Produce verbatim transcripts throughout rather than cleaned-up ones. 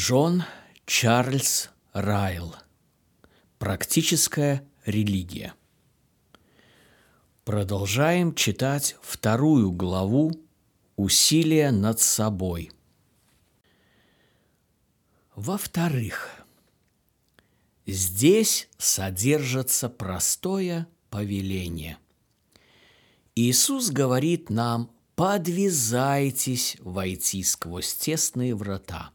Джон Чарльз Райл. Практическая религия. Продолжаем читать вторую главу «Усилия над собой». Во-вторых, здесь содержится простое повеление. Иисус говорит нам: подвязайтесь войти сквозь тесные врата.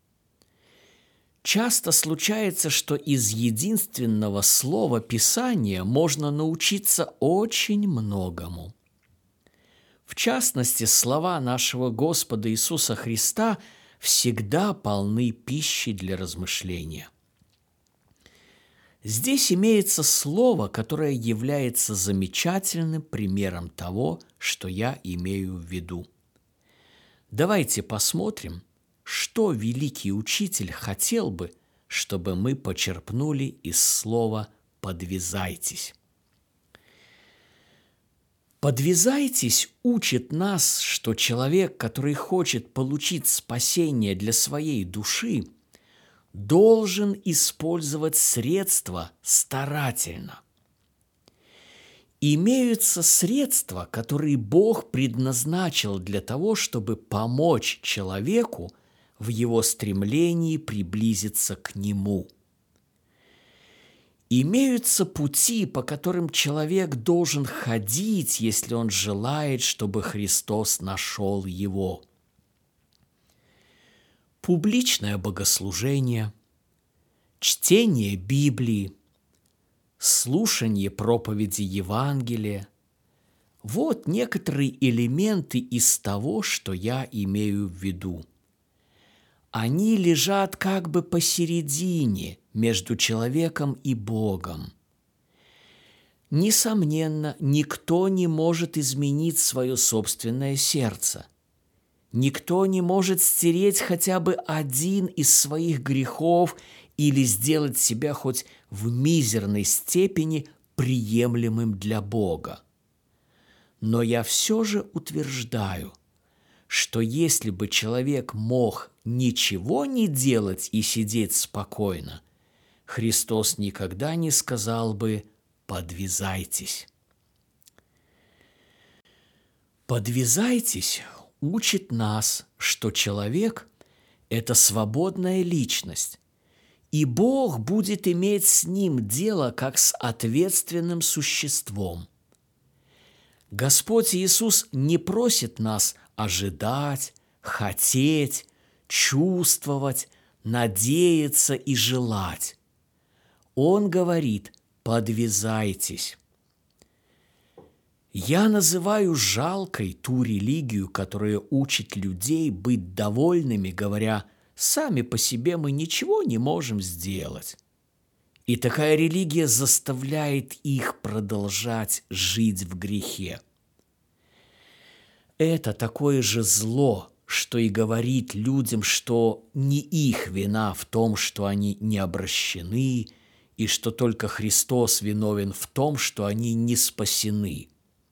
Часто случается, что из единственного слова Писания можно научиться очень многому. В частности, слова нашего Господа Иисуса Христа всегда полны пищи для размышления. Здесь имеется слово, которое является замечательным примером того, что я имею в виду. Давайте посмотрим, что великий учитель хотел бы, чтобы мы почерпнули из слова «подвязайтесь». «Подвязайтесь» учит нас, что человек, который хочет получить спасение для своей души, должен использовать средства старательно. Имеются средства, которые Бог предназначил для того, чтобы помочь человеку в его стремлении приблизиться к Нему. Имеются пути, по которым человек должен ходить, если он желает, чтобы Христос нашел его. Публичное богослужение, чтение Библии, слушание проповеди Евангелия – вот некоторые элементы из того, что я имею в виду. Они лежат как бы посередине между человеком и Богом. Несомненно, никто не может изменить свое собственное сердце. Никто не может стереть хотя бы один из своих грехов или сделать себя хоть в мизерной степени приемлемым для Бога. Но я все же утверждаю, что если бы человек мог ничего не делать и сидеть спокойно, Христос никогда не сказал бы «подвязайтесь». «Подвязайтесь» учит нас, что человек – это свободная личность, и Бог будет иметь с ним дело как с ответственным существом. Господь Иисус не просит нас ожидать, хотеть, чувствовать, надеяться и желать. Он говорит: подвязайтесь. Я называю жалкой ту религию, которая учит людей быть довольными, говоря: сами по себе мы ничего не можем сделать. И такая религия заставляет их продолжать жить в грехе. Это такое же зло, что и говорит людям, что не их вина в том, что они не обращены, и что только Христос виновен в том, что они не спасены.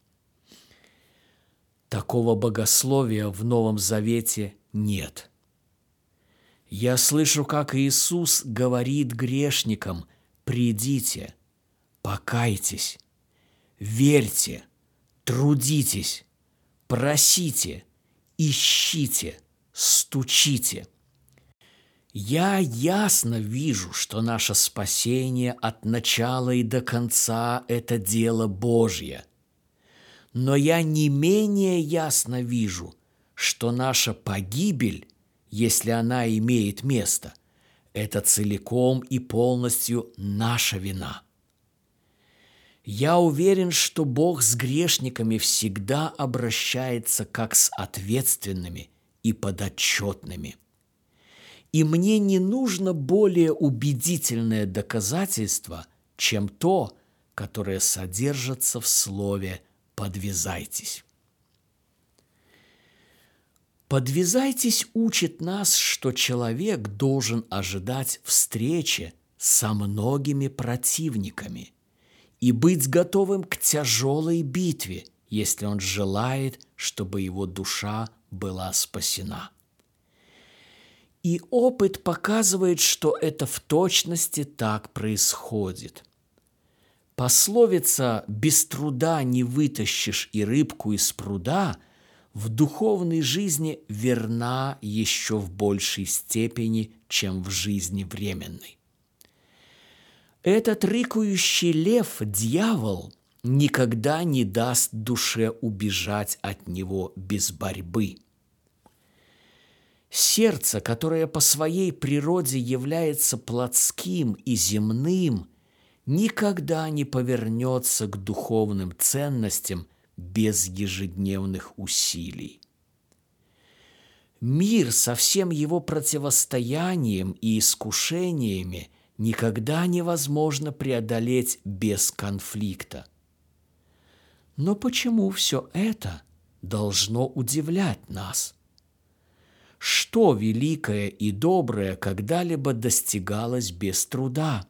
Такого богословия в Новом Завете нет. Я слышу, как Иисус говорит грешникам: придите, покайтесь, верьте, трудитесь, просите, ищите, стучите. Я ясно вижу, что наше спасение от начала и до конца – это дело Божье. Но я не менее ясно вижу, что наша погибель, если она имеет место, это целиком и полностью наша вина. Я уверен, что Бог с грешниками всегда обращается как с ответственными и подотчетными. И мне не нужно более убедительное доказательство, чем то, которое содержится в слове «подвязайтесь». «Подвязайтесь» учит нас, что человек должен ожидать встречи со многими противниками и быть готовым к тяжелой битве, если он желает, чтобы его душа была спасена. И опыт показывает, что это в точности так происходит. Пословица «без труда не вытащишь и рыбку из пруда» в духовной жизни верна еще в большей степени, чем в жизни временной. Этот рыкающий лев, дьявол, никогда не даст душе убежать от него без борьбы. Сердце, которое по своей природе является плотским и земным, никогда не повернется к духовным ценностям без ежедневных усилий. Мир со всем его противостоянием и искушениями никогда невозможно преодолеть без конфликта. Но почему все это должно удивлять нас? Что великое и доброе когда-либо достигалось без труда?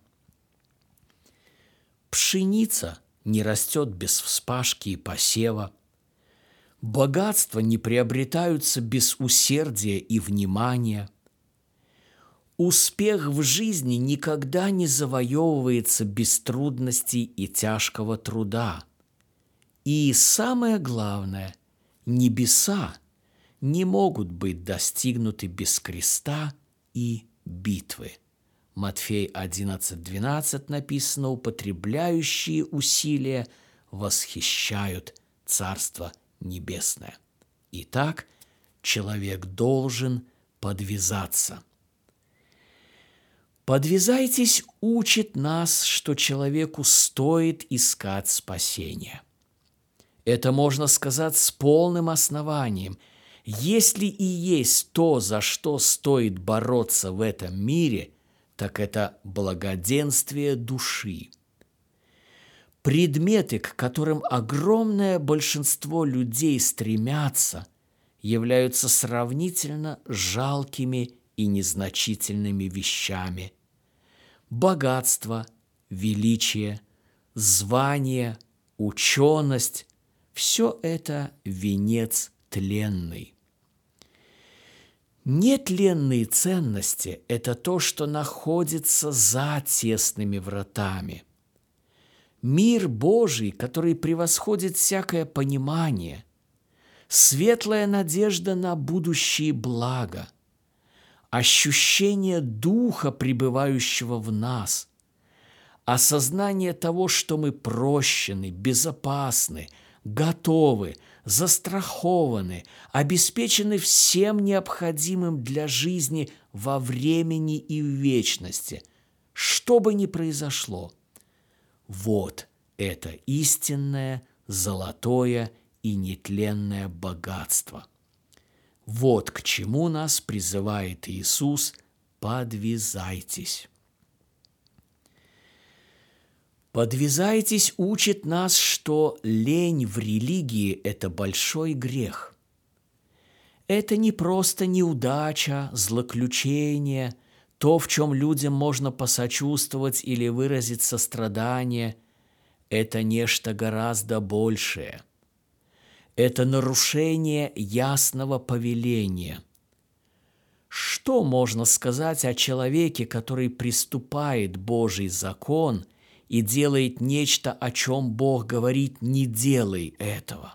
Пшеница не растет без вспашки и посева. Богатства не приобретаются без усердия и внимания. Успех в жизни никогда не завоевывается без трудностей и тяжкого труда. И самое главное, небеса не могут быть достигнуты без креста и битвы. Матфей одиннадцать двенадцать написано: «Употребляющие усилия восхищают Царство Небесное». Итак, человек должен подвязаться. «Подвязайтесь» учит нас, что человеку стоит искать спасения. Это можно сказать с полным основанием. Если и есть то, за что стоит бороться в этом мире, так это благоденствие души. Предметы, к которым огромное большинство людей стремятся, являются сравнительно жалкими и незначительными вещами. Богатство, величие, звание, ученость – все это венец тленный. Нетленные ценности – это то, что находится за тесными вратами. Мир Божий, который превосходит всякое понимание, светлая надежда на будущие блага, ощущение Духа, пребывающего в нас, осознание того, что мы прощены, безопасны, готовы, застрахованы, обеспечены всем необходимым для жизни во времени и в вечности, что бы ни произошло. Вот это истинное, золотое и нетленное богатство. Вот к чему нас призывает Иисус: подвязайтесь. «Подвязайтесь» учит нас, что лень в религии – это большой грех. Это не просто неудача, злоключение, то, в чем людям можно посочувствовать или выразить сострадание. Это нечто гораздо большее. Это нарушение ясного повеления. Что можно сказать о человеке, который приступает Божий закон и делает нечто, о чем Бог говорит: «Не делай этого»?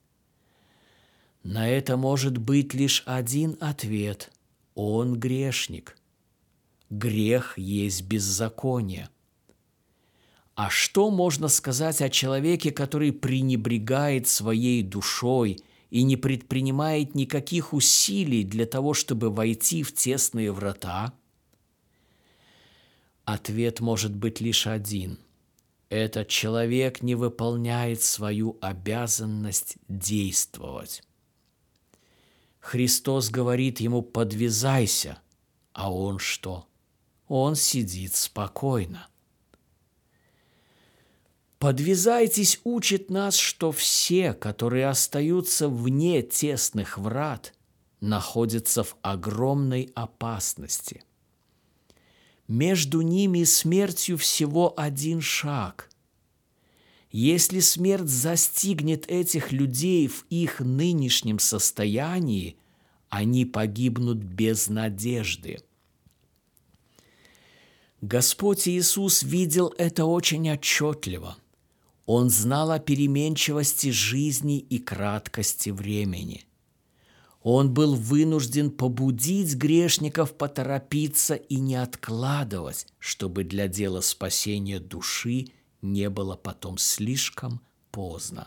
На это может быть лишь один ответ: он грешник. Грех есть беззаконие. А что можно сказать о человеке, который пренебрегает своей душой и не предпринимает никаких усилий для того, чтобы войти в тесные врата? Ответ может быть лишь один: этот человек не выполняет свою обязанность действовать. Христос говорит ему: подвязайся, а он что? Он сидит спокойно. «Подвязайтесь» учит нас, что все, которые остаются вне тесных врат, находятся в огромной опасности. Между ними и смертью всего один шаг. Если смерть застигнет этих людей в их нынешнем состоянии, они погибнут без надежды. Господь Иисус видел это очень отчетливо. Он знал о переменчивости жизни и краткости времени. Он был вынужден побудить грешников поторопиться и не откладывать, чтобы для дела спасения души не было потом слишком поздно.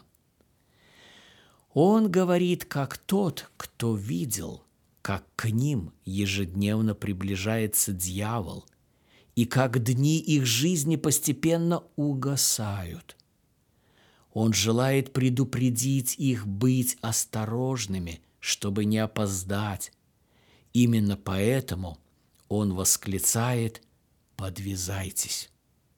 Он говорит, как тот, кто видел, как к ним ежедневно приближается дьявол, и как дни их жизни постепенно угасают. Он желает предупредить их быть осторожными, чтобы не опоздать. Именно поэтому он восклицает: «Подвязайтесь».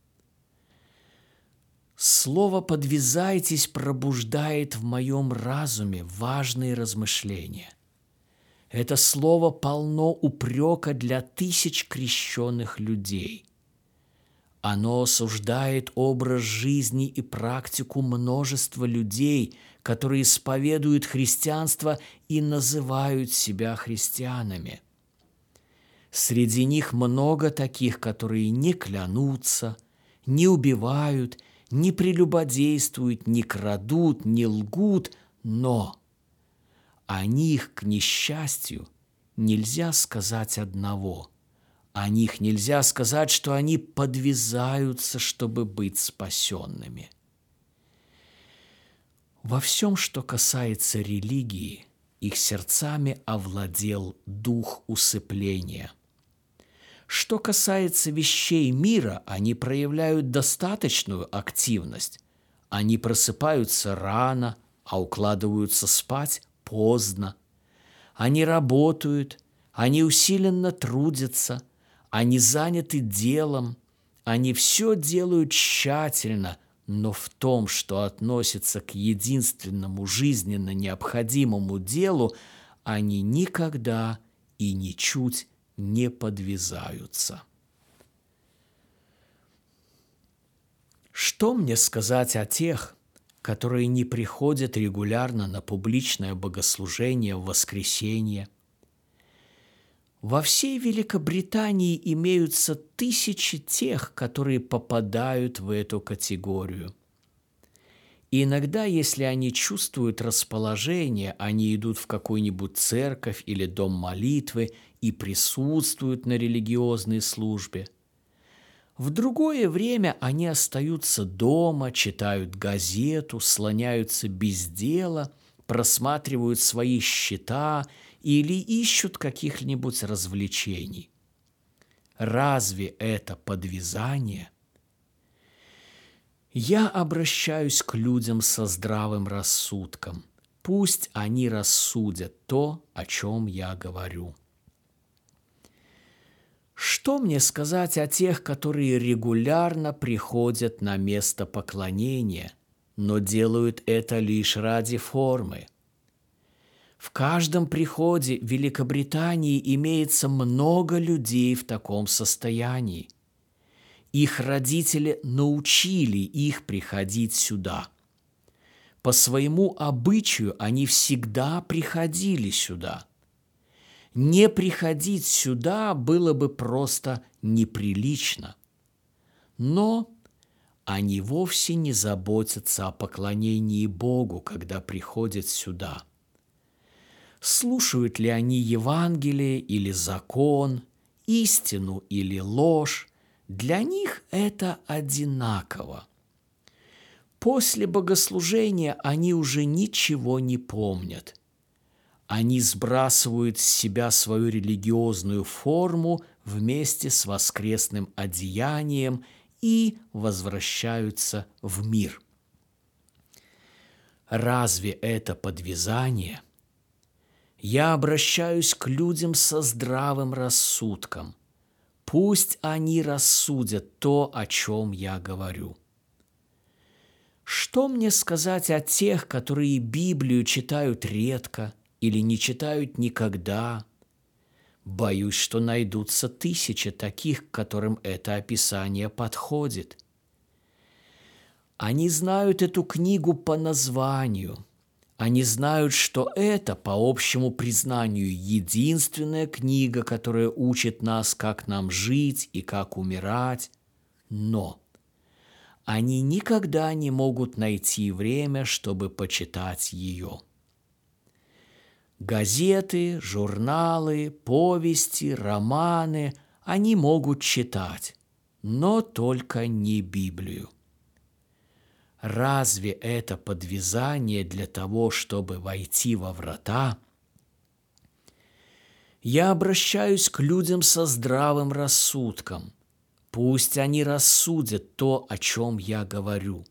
Слово «подвязайтесь» пробуждает в моем разуме важные размышления. Это слово полно упрека для тысяч крещенных людей. Оно осуждает образ жизни и практику множества людей, которые исповедуют христианство и называют себя христианами. Среди них много таких, которые не клянутся, не убивают, не прелюбодействуют, не крадут, не лгут, но о них, к несчастью, нельзя сказать одного. О них нельзя сказать, что они подвязаются, чтобы быть спасенными. Во всем, что касается религии, их сердцами овладел дух усыпления. Что касается вещей мира, они проявляют достаточную активность. Они просыпаются рано, а укладываются спать поздно. Они работают, они усиленно трудятся, они заняты делом, они все делают тщательно, но в том, что относится к единственному жизненно необходимому делу, они никогда и ничуть не подвязаются. Что мне сказать о тех, которые не приходят регулярно на публичное богослужение в воскресенье? Во всей Великобритании имеются тысячи тех, которые попадают в эту категорию. И иногда, если они чувствуют расположение, они идут в какую-нибудь церковь или дом молитвы и присутствуют на религиозной службе. В другое время они остаются дома, читают газету, слоняются без дела, просматривают свои счета или ищут каких-нибудь развлечений. Разве это подвязание? Я обращаюсь к людям со здравым рассудком. Пусть они рассудят то, о чем я говорю. Что мне сказать о тех, которые регулярно приходят на место поклонения, но делают это лишь ради формы? В каждом приходе в Великобритании имеется много людей в таком состоянии. Их родители научили их приходить сюда. По своему обычаю они всегда приходили сюда. Не приходить сюда было бы просто неприлично. Но они вовсе не заботятся о поклонении Богу, когда приходят сюда. Слушают ли они Евангелие или закон, истину или ложь, для них это одинаково. После богослужения они уже ничего не помнят. Они сбрасывают с себя свою религиозную форму вместе с воскресным одеянием и возвращаются в мир. Разве это подвязание? Я обращаюсь к людям со здравым рассудком. Пусть они рассудят то, о чем я говорю. Что мне сказать о тех, которые Библию читают редко или не читают никогда? Боюсь, что найдутся тысячи таких, к которым это описание подходит. Они знают эту книгу по названию. Они знают, что это, по общему признанию, единственная книга, которая учит нас, как нам жить и как умирать. Но они никогда не могут найти время, чтобы почитать ее. Газеты, журналы, повести, романы они могут читать, но только не Библию. Разве это подвязание для того, чтобы войти во врата? Я обращаюсь к людям со здравым рассудком. Пусть они рассудят то, о чем я говорю.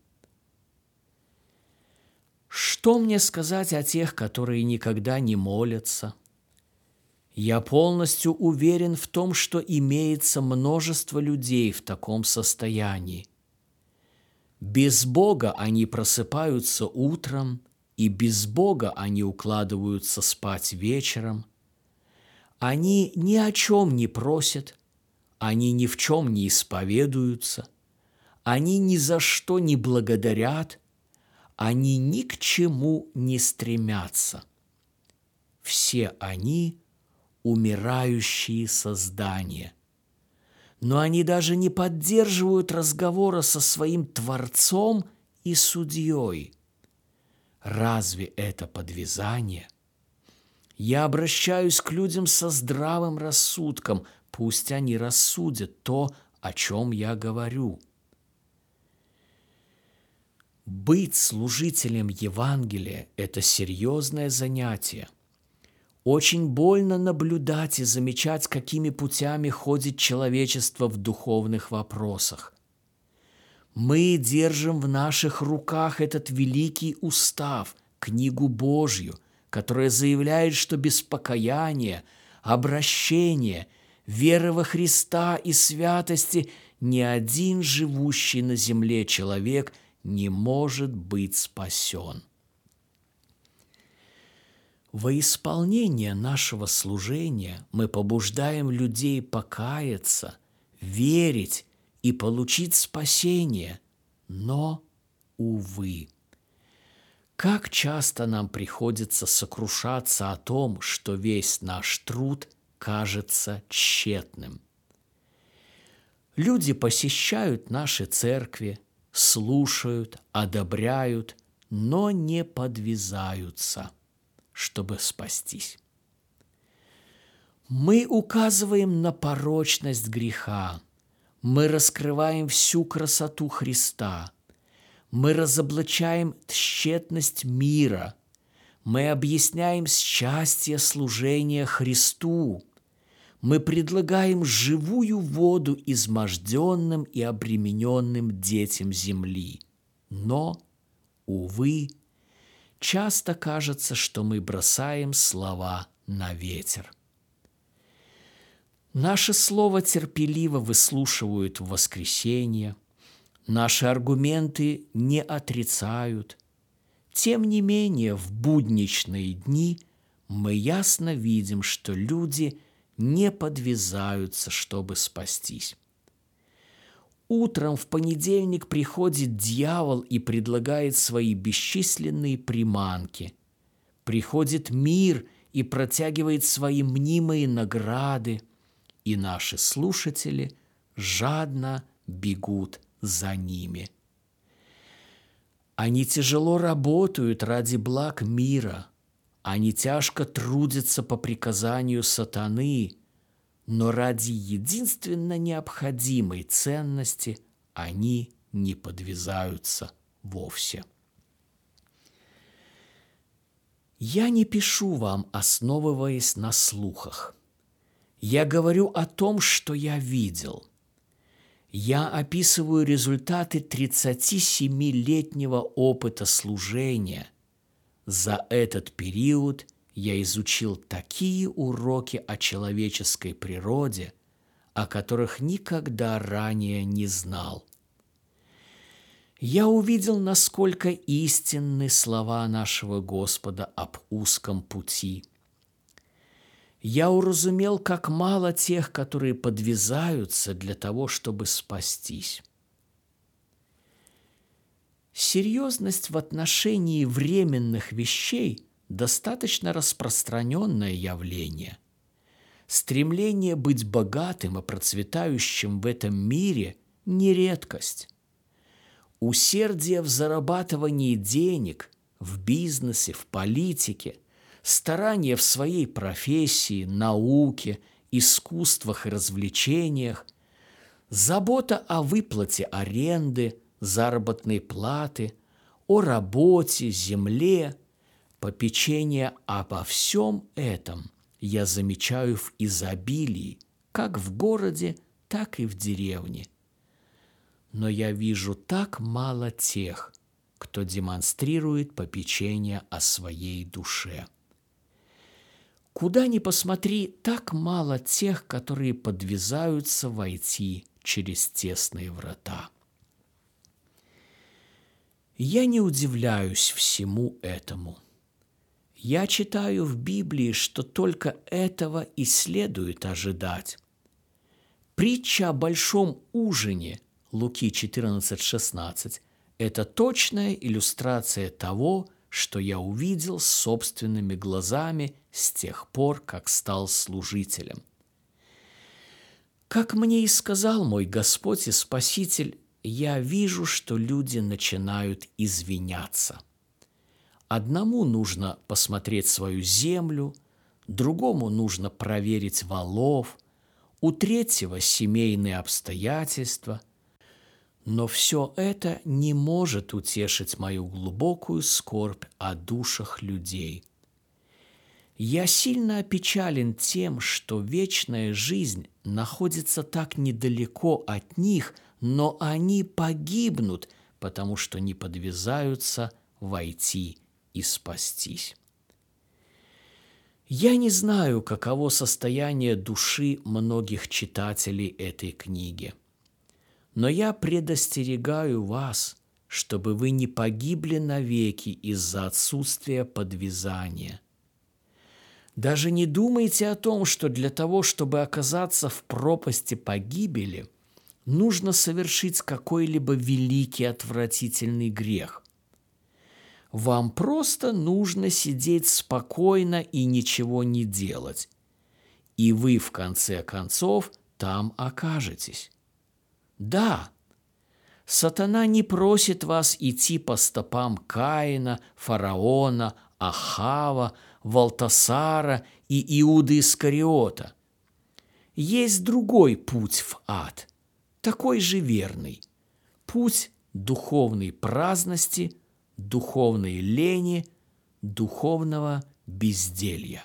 Что мне сказать о тех, которые никогда не молятся? Я полностью уверен в том, что имеется множество людей в таком состоянии. Без Бога они просыпаются утром, и без Бога они укладываются спать вечером. Они ни о чем не просят, они ни в чем не исповедуются, они ни за что не благодарят, они ни к чему не стремятся. Все они умирающие создания. Но они даже не поддерживают разговора со своим Творцом и Судьей. Разве это подвязание? Я обращаюсь к людям со здравым рассудком, пусть они рассудят то, о чем я говорю. Быть служителем Евангелия – это серьезное занятие. Очень больно наблюдать и замечать, какими путями ходит человечество в духовных вопросах. Мы держим в наших руках этот великий устав, книгу Божью, которая заявляет, что без покаяния, обращения, веры во Христа и святости ни один живущий на земле человек не может быть спасен. Во исполнение нашего служения мы побуждаем людей покаяться, верить и получить спасение, но, увы, как часто нам приходится сокрушаться о том, что весь наш труд кажется тщетным. Люди посещают наши церкви, слушают, одобряют, но не подвязаются, чтобы спастись. Мы указываем на порочность греха, мы раскрываем всю красоту Христа, мы разоблачаем тщетность мира, мы объясняем счастье служения Христу, мы предлагаем живую воду изможденным и обремененным детям земли. Но, увы, часто кажется, что мы бросаем слова на ветер. Наше слово терпеливо выслушивают в воскресенье, наши аргументы не отрицают. Тем не менее, в будничные дни мы ясно видим, что люди не подвязаются, чтобы спастись. Утром в понедельник приходит дьявол и предлагает свои бесчисленные приманки. Приходит мир и протягивает свои мнимые награды, и наши слушатели жадно бегут за ними. Они тяжело работают ради благ мира, они тяжко трудятся по приказанию сатаны, но ради единственно необходимой ценности они не подвязаются вовсе. Я не пишу вам, основываясь на слухах. Я говорю о том, что я видел. Я описываю результаты тридцатисемилетнего опыта служения. За этот период я изучил такие уроки о человеческой природе, о которых никогда ранее не знал. Я увидел, насколько истинны слова нашего Господа об узком пути. Я уразумел, как мало тех, которые подвязаются для того, чтобы спастись. Серьезность в отношении временных вещей – достаточно распространенное явление. Стремление быть богатым и процветающим в этом мире – не редкость. Усердие в зарабатывании денег, в бизнесе, в политике, старание в своей профессии, науке, искусствах и развлечениях, забота о выплате аренды, заработной платы, о работе, земле, попечение обо всем этом я замечаю в изобилии, как в городе, так и в деревне. Но я вижу так мало тех, кто демонстрирует попечение о своей душе. Куда ни посмотри, так мало тех, которые подвязаются войти через тесные врата. Я не удивляюсь всему этому. Я читаю в Библии, что только этого и следует ожидать. Притча о большом ужине Луки четырнадцать шестнадцать – это точная иллюстрация того, что я увидел собственными глазами с тех пор, как стал служителем. Как мне и сказал мой Господь и Спаситель, я вижу, что люди начинают извиняться. Одному нужно посмотреть свою землю, другому нужно проверить волов, у третьего семейные обстоятельства. Но все это не может утешить мою глубокую скорбь о душах людей. Я сильно опечален тем, что вечная жизнь находится так недалеко от них, но они погибнут, потому что не подвязаются войти и спастись. Я не знаю, каково состояние души многих читателей этой книги. Но я предостерегаю вас, чтобы вы не погибли навеки из-за отсутствия подвязания. Даже не думайте о том, что для того, чтобы оказаться в пропасти погибели, нужно совершить какой-либо великий отвратительный грех. Вам просто нужно сидеть спокойно и ничего не делать, и вы, в конце концов, там окажетесь. Да, сатана не просит вас идти по стопам Каина, фараона, Ахава, Валтасара и Иуды Искариота. Есть другой путь в ад, такой же верный. Путь духовной праздности, духовной лени, духовного безделья.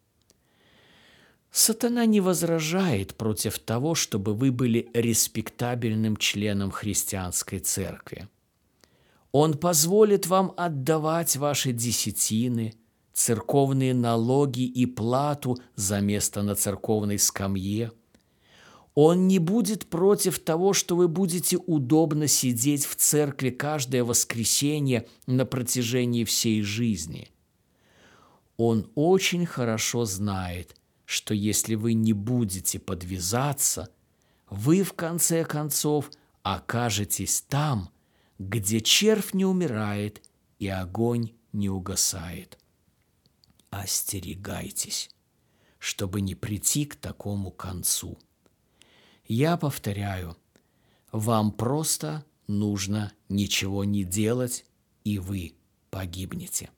Сатана не возражает против того, чтобы вы были респектабельным членом христианской церкви. Он позволит вам отдавать ваши десятины, церковные налоги и плату за место на церковной скамье. Он не будет против того, что вы будете удобно сидеть в церкви каждое воскресенье на протяжении всей жизни. Он очень хорошо знает, что если вы не будете подвязаться, вы в конце концов окажетесь там, где червь не умирает и огонь не угасает. Остерегайтесь, чтобы не прийти к такому концу. Я повторяю, вам просто нужно ничего не делать, и вы погибнете.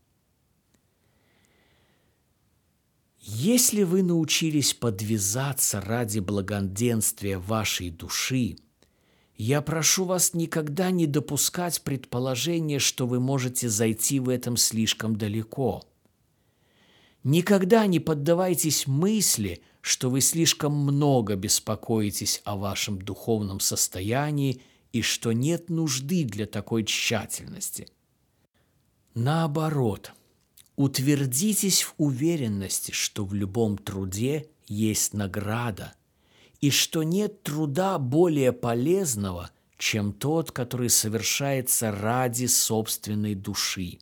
Если вы научились подвязаться ради благоденствия вашей души, я прошу вас никогда не допускать предположения, что вы можете зайти в этом слишком далеко. Никогда не поддавайтесь мысли, что вы слишком много беспокоитесь о вашем духовном состоянии и что нет нужды для такой тщательности. Наоборот, утвердитесь в уверенности, что в любом труде есть награда, и что нет труда более полезного, чем тот, который совершается ради собственной души.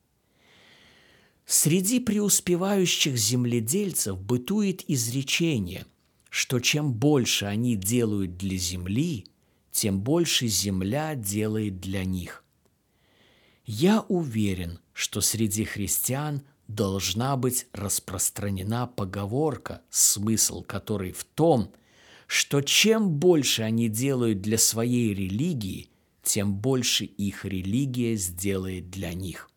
Среди преуспевающих земледельцев бытует изречение, что чем больше они делают для земли, тем больше земля делает для них. Я уверен, что среди христиан должна быть распространена поговорка, смысл которой в том, что чем больше они делают для своей религии, тем больше их религия сделает для них.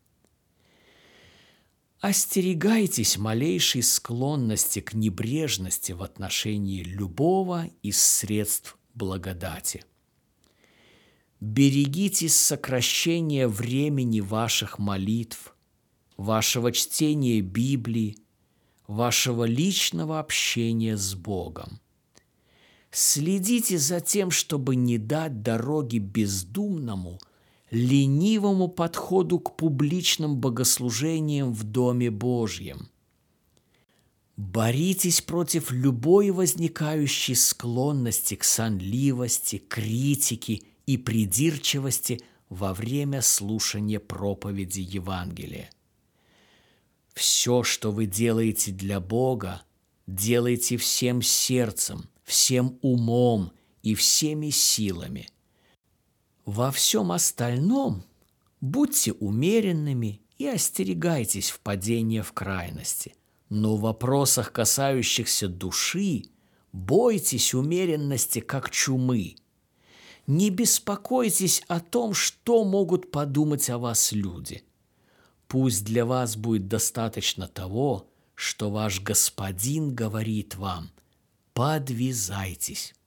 Остерегайтесь малейшей склонности к небрежности в отношении любого из средств благодати. Берегитесь сокращения времени ваших молитв, вашего чтения Библии, вашего личного общения с Богом. Следите за тем, чтобы не дать дороги бездумному, ленивому подходу к публичным богослужениям в Доме Божьем. Боритесь против любой возникающей склонности к сонливости, критике и придирчивости во время слушания проповеди Евангелия. Все, что вы делаете для Бога, делайте всем сердцем, всем умом и всеми силами. Во всем остальном будьте умеренными и остерегайтесь впадения в крайности. Но в вопросах, касающихся души, бойтесь умеренности, как чумы. Не беспокойтесь о том, что могут подумать о вас люди. Пусть для вас будет достаточно того, что ваш Господин говорит вам: подвизайтесь.